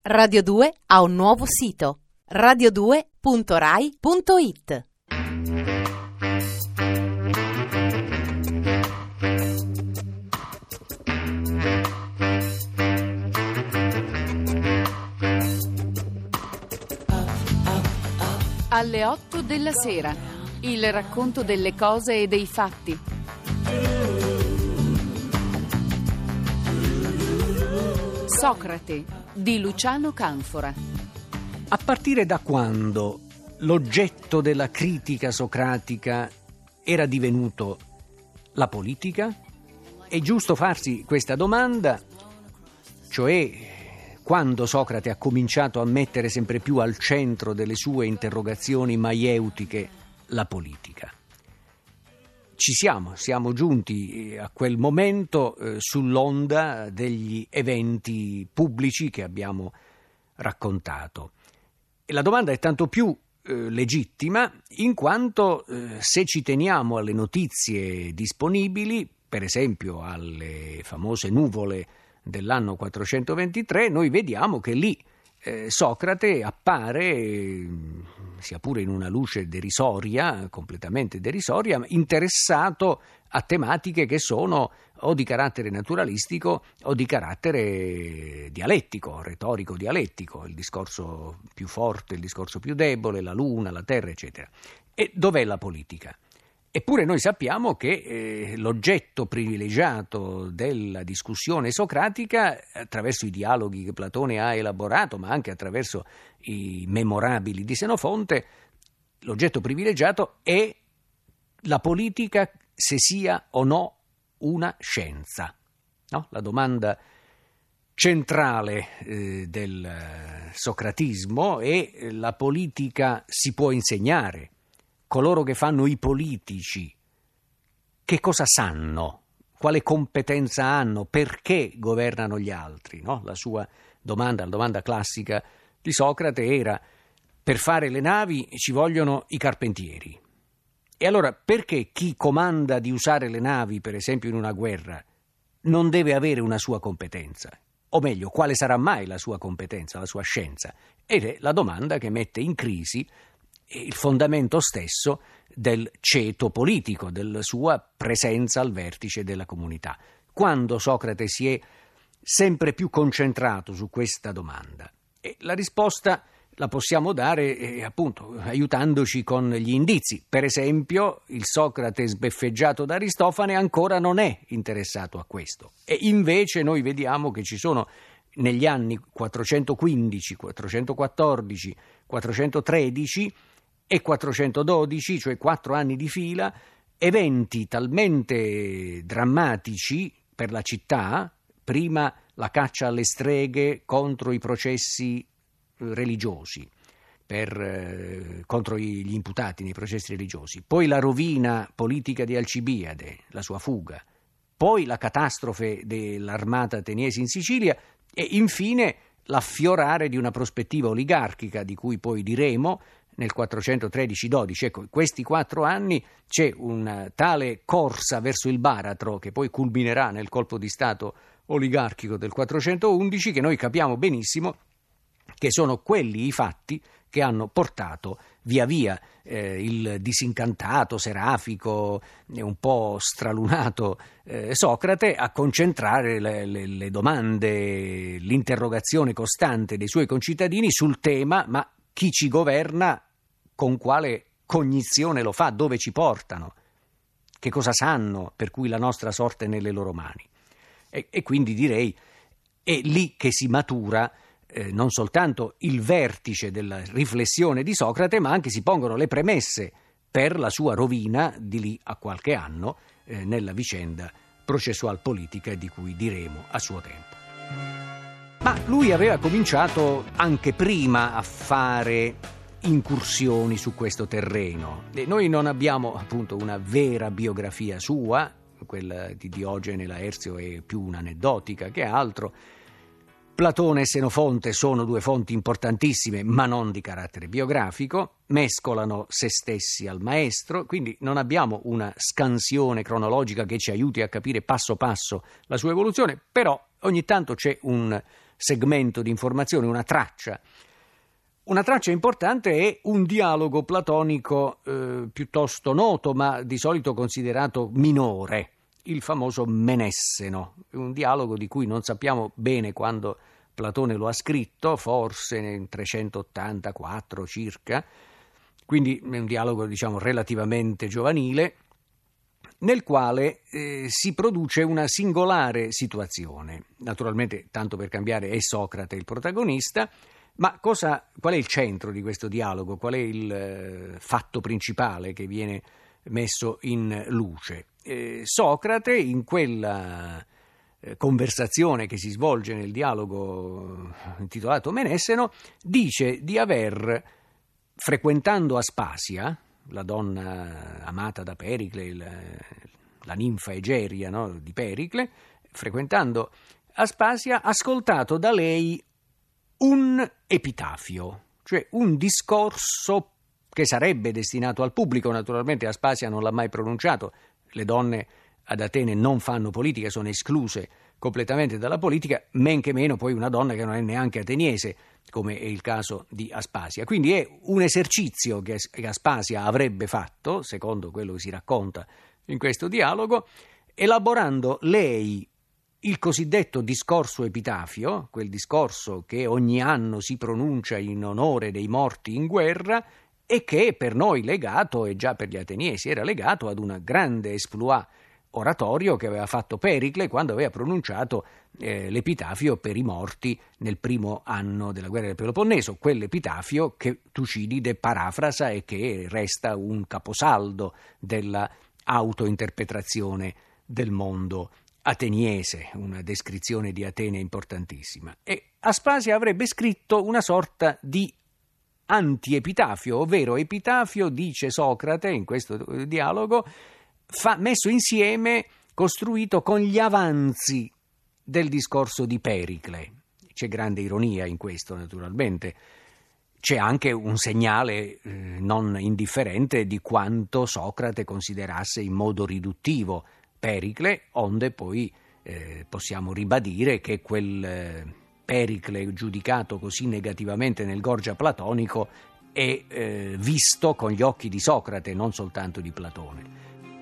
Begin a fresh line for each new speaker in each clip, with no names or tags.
Radio 2 ha un nuovo sito, radio2.rai.it.
Alle 8 della sera, il racconto delle cose e dei fatti. Socrate di Luciano Canfora.
A partire da quando l'oggetto della critica socratica era divenuto la politica? È giusto farsi questa domanda, cioè quando Socrate ha cominciato a mettere sempre più al centro delle sue interrogazioni maieutiche la politica. Siamo giunti a quel momento sull'onda degli eventi pubblici che abbiamo raccontato. E la domanda è tanto più legittima in quanto se ci teniamo alle notizie disponibili, per esempio alle famose nuvole dell'anno 423, noi vediamo che lì Socrate appare, sia pure in una luce derisoria, completamente derisoria, interessato a tematiche che sono o di carattere naturalistico o di carattere dialettico, retorico-dialettico, il discorso più forte, il discorso più debole, la luna, la terra, eccetera. E dov'è la politica? Eppure noi sappiamo che l'oggetto privilegiato della discussione socratica, attraverso i dialoghi che Platone ha elaborato, ma anche attraverso i memorabili di Senofonte, l'oggetto privilegiato è la politica, se sia o no una scienza. No? La domanda centrale del socratismo è: la politica si può insegnare? Coloro che fanno i politici, che cosa sanno? Quale competenza hanno? Perché governano gli altri? No? La sua domanda, la domanda classica di Socrate era: per fare le navi ci vogliono i carpentieri. E allora perché chi comanda di usare le navi, per esempio in una guerra, non deve avere una sua competenza? O meglio, quale sarà mai la sua competenza, la sua scienza? Ed è la domanda che mette in crisi il fondamento stesso del ceto politico, della sua presenza al vertice della comunità. Quando Socrate si è sempre più concentrato su questa domanda? E la risposta la possiamo dare appunto aiutandoci con gli indizi. Per esempio, il Socrate sbeffeggiato da Aristofane ancora non è interessato a questo. E invece noi vediamo che ci sono negli anni 415, 414, 413 e 412, cioè 4 anni di fila, eventi talmente drammatici per la città, prima la caccia alle streghe contro i processi religiosi, contro gli imputati nei processi religiosi, poi la rovina politica di Alcibiade, la sua fuga, poi la catastrofe dell'armata ateniese in Sicilia e infine l'affiorare di una prospettiva oligarchica di cui poi diremo nel 413-12. Ecco, questi 4 anni c'è una tale corsa verso il baratro che poi culminerà nel colpo di stato oligarchico del 411 che noi capiamo benissimo che sono quelli i fatti che hanno portato via via il disincantato, serafico, un po' stralunato Socrate a concentrare le domande, l'interrogazione costante dei suoi concittadini sul tema: ma chi ci governa, con quale cognizione lo fa, dove ci portano, che cosa sanno per cui la nostra sorte è nelle loro mani. E quindi direi è lì che si matura non soltanto il vertice della riflessione di Socrate, ma anche si pongono le premesse per la sua rovina di lì a qualche anno nella vicenda processual politica di cui diremo a suo tempo. Ma lui aveva cominciato anche prima a fare incursioni su questo terreno. E noi non abbiamo appunto una vera biografia sua, quella di Diogene Laerzio è più un'aneddotica che altro. Platone e Senofonte sono 2 fonti importantissime, ma non di carattere biografico, mescolano se stessi al maestro, quindi non abbiamo una scansione cronologica che ci aiuti a capire passo passo la sua evoluzione, però ogni tanto c'è un segmento di informazione, una traccia. Una traccia importante è un dialogo platonico piuttosto noto, ma di solito considerato minore, il famoso Menesseno, un dialogo di cui non sappiamo bene quando Platone lo ha scritto, forse nel 384 circa, quindi è un dialogo relativamente giovanile, nel quale si produce una singolare situazione. Naturalmente, tanto per cambiare, è Socrate il protagonista, ma qual è il centro di questo dialogo? Qual è il fatto principale che viene messo in luce? Socrate, in quella conversazione che si svolge nel dialogo intitolato Menesseno, dice di aver, frequentando Aspasia, la donna amata da Pericle, la ninfa Egeria, no, di Pericle, frequentando Aspasia, ascoltato da lei un epitafio, cioè un discorso che sarebbe destinato al pubblico. Naturalmente Aspasia non l'ha mai pronunciato, le donne ad Atene non fanno politica, sono escluse completamente dalla politica, men che meno poi una donna che non è neanche ateniese, come è il caso di Aspasia. Quindi è un esercizio che Aspasia avrebbe fatto, secondo quello che si racconta in questo dialogo, elaborando lei il cosiddetto discorso epitafio, quel discorso che ogni anno si pronuncia in onore dei morti in guerra e che è per noi legato, e già per gli ateniesi era legato, ad un grande exploit oratorio che aveva fatto Pericle quando aveva pronunciato l'epitafio per i morti nel primo anno della guerra del Peloponneso, quell'epitafio che Tucidide parafrasa e che resta un caposaldo della autointerpretazione del mondo ateniese, una descrizione di Atene importantissima. E Aspasia avrebbe scritto una sorta di antiepitafio, ovvero epitafio, dice Socrate in questo dialogo, messo insieme, costruito con gli avanzi del discorso di Pericle. C'è grande ironia in questo, naturalmente. C'è anche un segnale non indifferente di quanto Socrate considerasse in modo riduttivo Pericle, onde poi possiamo ribadire che quel Pericle giudicato così negativamente nel Gorgia platonico è visto con gli occhi di Socrate, non soltanto di Platone.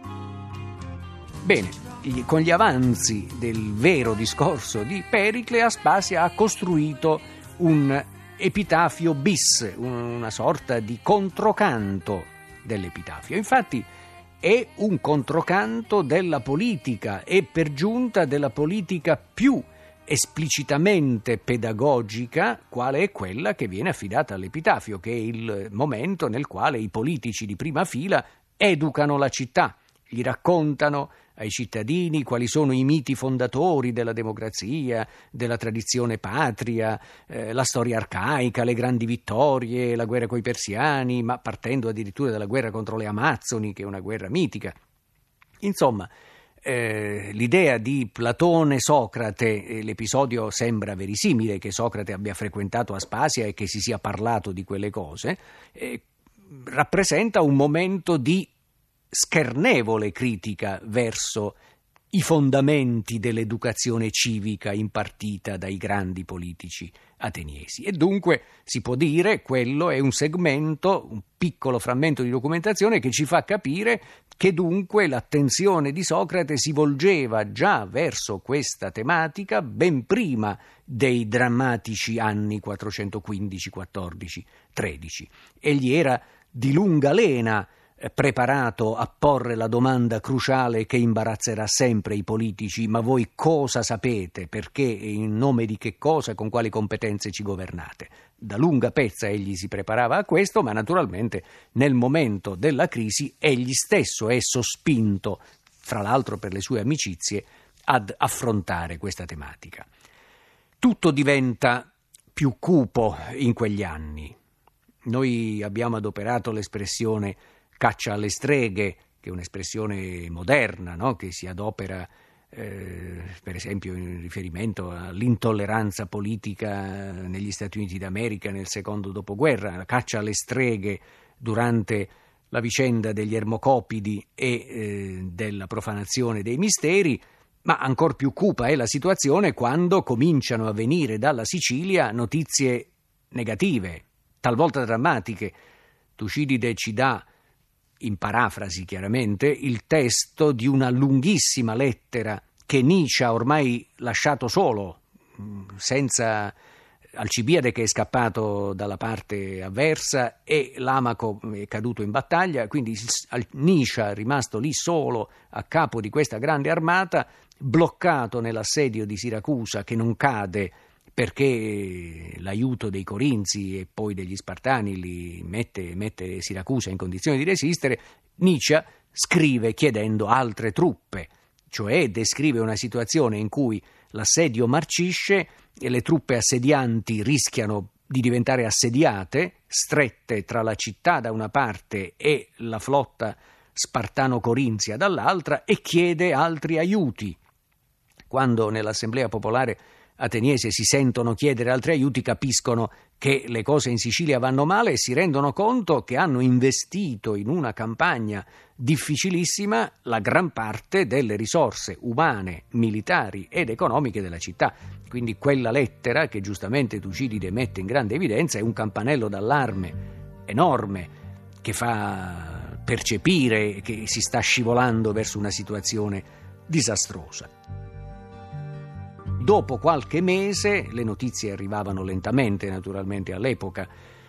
Bene, con gli avanzi del vero discorso di Pericle, Aspasia ha costruito un epitafio bis, una sorta di controcanto dell'epitafio. Infatti è un controcanto della politica e per giunta della politica più esplicitamente pedagogica, quale è quella che viene affidata all'epitafio, che è il momento nel quale i politici di prima fila educano la città, gli raccontano ai cittadini quali sono i miti fondatori della democrazia, della tradizione patria, la storia arcaica, le grandi vittorie, la guerra coi persiani, ma partendo addirittura dalla guerra contro le Amazzoni, che è una guerra mitica. Insomma, l'idea di Platone-Socrate, l'episodio sembra verosimile che Socrate abbia frequentato Aspasia e che si sia parlato di quelle cose, rappresenta un momento di schernevole critica verso i fondamenti dell'educazione civica impartita dai grandi politici ateniesi. E dunque si può dire quello è un segmento, un piccolo frammento di documentazione che ci fa capire che dunque l'attenzione di Socrate si volgeva già verso questa tematica ben prima dei drammatici anni 415, 14, 13. Egli era di lunga lena preparato a porre la domanda cruciale che imbarazzerà sempre i politici: ma voi cosa sapete? Perché, in nome di che cosa, con quali competenze ci governate? Da lunga pezza egli si preparava a questo, ma naturalmente nel momento della crisi egli stesso è sospinto, fra l'altro per le sue amicizie, ad affrontare questa tematica. Tutto diventa più cupo in quegli anni. Noi abbiamo adoperato l'espressione caccia alle streghe, che è un'espressione moderna, no? Che si adopera per esempio in riferimento all'intolleranza politica negli Stati Uniti d'America nel secondo dopoguerra, la caccia alle streghe durante la vicenda degli Ermocopidi e della profanazione dei misteri. Ma ancor più cupa è la situazione quando cominciano a venire dalla Sicilia notizie negative, talvolta drammatiche. Tucidide ci dà, in parafrasi chiaramente, il testo di una lunghissima lettera che Nietzsche ha ormai lasciato solo, senza Alcibiade che è scappato dalla parte avversa e Lamaco è caduto in battaglia, quindi Nietzsche è rimasto lì solo a capo di questa grande armata, bloccato nell'assedio di Siracusa che non cade perché l'aiuto dei Corinzi e poi degli Spartani li mette Siracusa in condizione di resistere. Nietzsche scrive chiedendo altre truppe, cioè descrive una situazione in cui l'assedio marcisce e le truppe assedianti rischiano di diventare assediate, strette tra la città da una parte e la flotta spartano-corinzia dall'altra, e chiede altri aiuti. Quando nell'Assemblea Popolare ateniese si sentono chiedere altri aiuti, capiscono che le cose in Sicilia vanno male e si rendono conto che hanno investito in una campagna difficilissima la gran parte delle risorse umane, militari ed economiche della città. Quindi quella lettera, che giustamente Tucidide mette in grande evidenza, è un campanello d'allarme enorme che fa percepire che si sta scivolando verso una situazione disastrosa. Dopo qualche mese, le notizie arrivavano lentamente naturalmente all'epoca,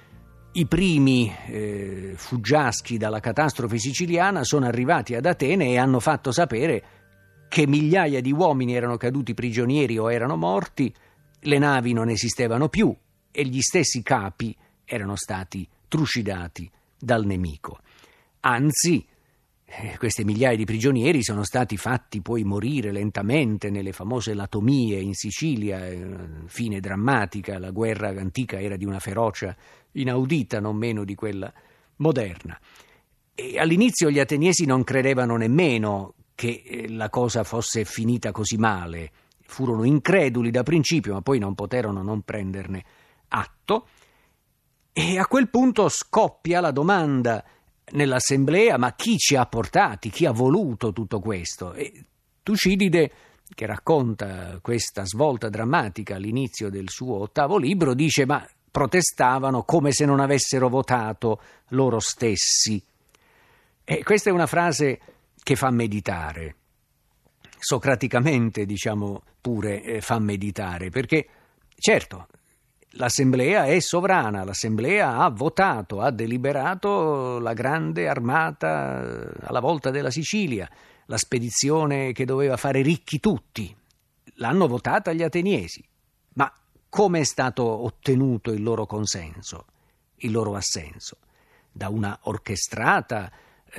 i primi fuggiaschi dalla catastrofe siciliana sono arrivati ad Atene e hanno fatto sapere che migliaia di uomini erano caduti prigionieri o erano morti, le navi non esistevano più e gli stessi capi erano stati trucidati dal nemico. Anzi, queste migliaia di prigionieri sono stati fatti poi morire lentamente nelle famose latomie in Sicilia, fine drammatica. La guerra antica era di una ferocia inaudita, non meno di quella moderna. E all'inizio gli ateniesi non credevano nemmeno che la cosa fosse finita così male. Furono increduli da principio, ma poi non poterono non prenderne atto. E a quel punto scoppia la domanda nell'assemblea: ma chi ci ha portati, chi ha voluto tutto questo? E Tucidide, che racconta questa svolta drammatica all'inizio del suo 8° libro, dice: ma protestavano come se non avessero votato loro stessi. E questa è una frase che fa meditare, socraticamente diciamo pure fa meditare, perché certo l'Assemblea è sovrana, l'Assemblea ha votato, ha deliberato la grande armata alla volta della Sicilia, la spedizione che doveva fare ricchi tutti, l'hanno votata gli ateniesi, ma come è stato ottenuto il loro consenso, il loro assenso? Da una orchestrata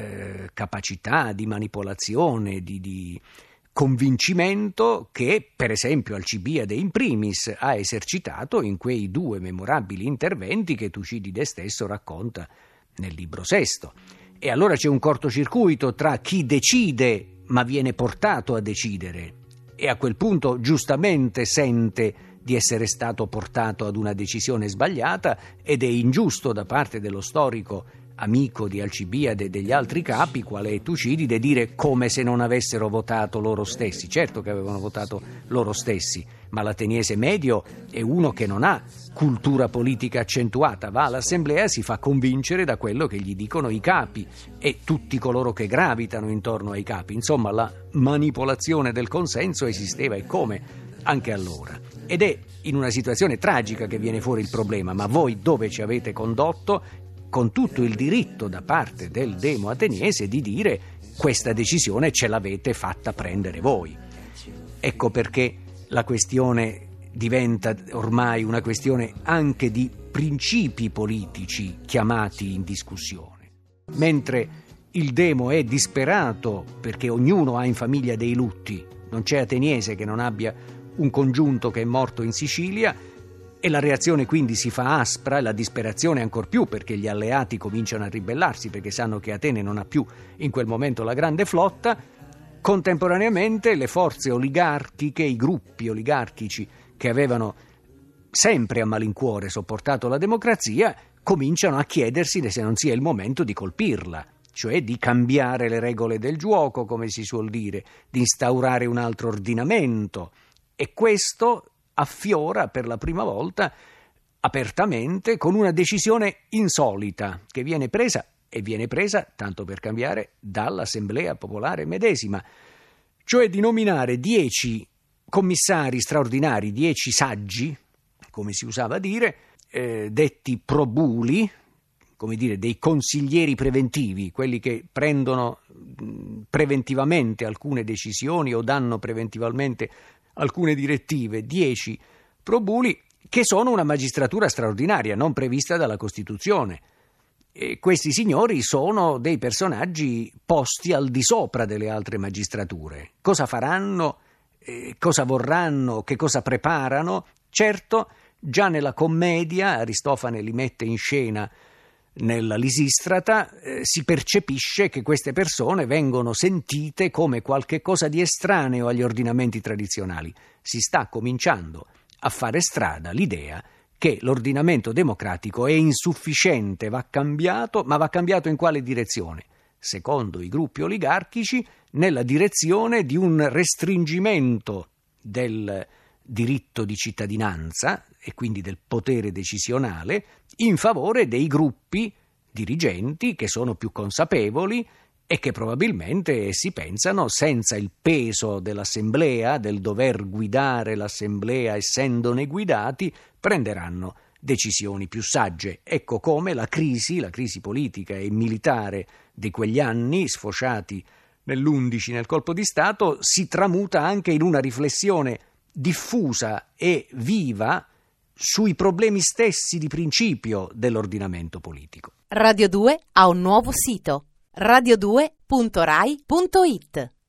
capacità di manipolazione, di convincimento che, per esempio, Alcibiade in primis ha esercitato in quei 2 memorabili interventi che Tucidide stesso racconta nel libro 6. E allora c'è un cortocircuito tra chi decide ma viene portato a decidere e a quel punto giustamente sente di essere stato portato ad una decisione sbagliata, ed è ingiusto da parte dello storico amico di Alcibiade e degli altri capi, quale è Tucidide, dire come se non avessero votato loro stessi. Certo che avevano votato loro stessi, ma l'ateniese medio è uno che non ha cultura politica accentuata, va all'assemblea e si fa convincere da quello che gli dicono i capi e tutti coloro che gravitano intorno ai capi. Insomma, la manipolazione del consenso esisteva, e come, anche allora. Ed è in una situazione tragica che viene fuori il problema: ma voi dove ci avete condotto? Con tutto il diritto da parte del demo ateniese di dire: questa decisione ce l'avete fatta prendere voi. Ecco perché la questione diventa ormai una questione anche di principi politici chiamati in discussione. Mentre il demo è disperato perché ognuno ha in famiglia dei lutti, non c'è ateniese che non abbia un congiunto che è morto in Sicilia, e la reazione quindi si fa aspra, e la disperazione ancor più, perché gli alleati cominciano a ribellarsi perché sanno che Atene non ha più in quel momento la grande flotta. Contemporaneamente le forze oligarchiche, i gruppi oligarchici che avevano sempre a malincuore sopportato la democrazia, cominciano a chiedersi se non sia il momento di colpirla. cioè di cambiare le regole del gioco, come si suol dire, di instaurare un altro ordinamento, e questo affiora per la prima volta apertamente con una decisione insolita che viene presa, tanto per cambiare, dall'Assemblea Popolare medesima, cioè di nominare 10 commissari straordinari, 10 saggi, come si usava dire, detti probuli, come dire, dei consiglieri preventivi, quelli che prendono preventivamente alcune decisioni o danno preventivamente alcune direttive, 10 probuli che sono una magistratura straordinaria, non prevista dalla Costituzione. E questi signori sono dei personaggi posti al di sopra delle altre magistrature. Cosa faranno? Cosa vorranno? Che cosa preparano? Certo, già nella commedia, Aristofane li mette in scena nella Lisistrata, si percepisce che queste persone vengono sentite come qualche cosa di estraneo agli ordinamenti tradizionali. Si sta cominciando a fare strada l'idea che l'ordinamento democratico è insufficiente, va cambiato, ma va cambiato in quale direzione? Secondo i gruppi oligarchici, nella direzione di un restringimento del diritto di cittadinanza e quindi del potere decisionale in favore dei gruppi dirigenti che sono più consapevoli e che probabilmente, si pensano, senza il peso dell'assemblea, del dover guidare l'assemblea essendone guidati, prenderanno decisioni più sagge. Ecco come la crisi politica e militare di quegli anni, sfociati nell'11 nel colpo di Stato, si tramuta anche in una riflessione diffusa e viva sui problemi stessi di principio dell'ordinamento politico.
Radio 2 ha un nuovo sito: radio2.rai.it.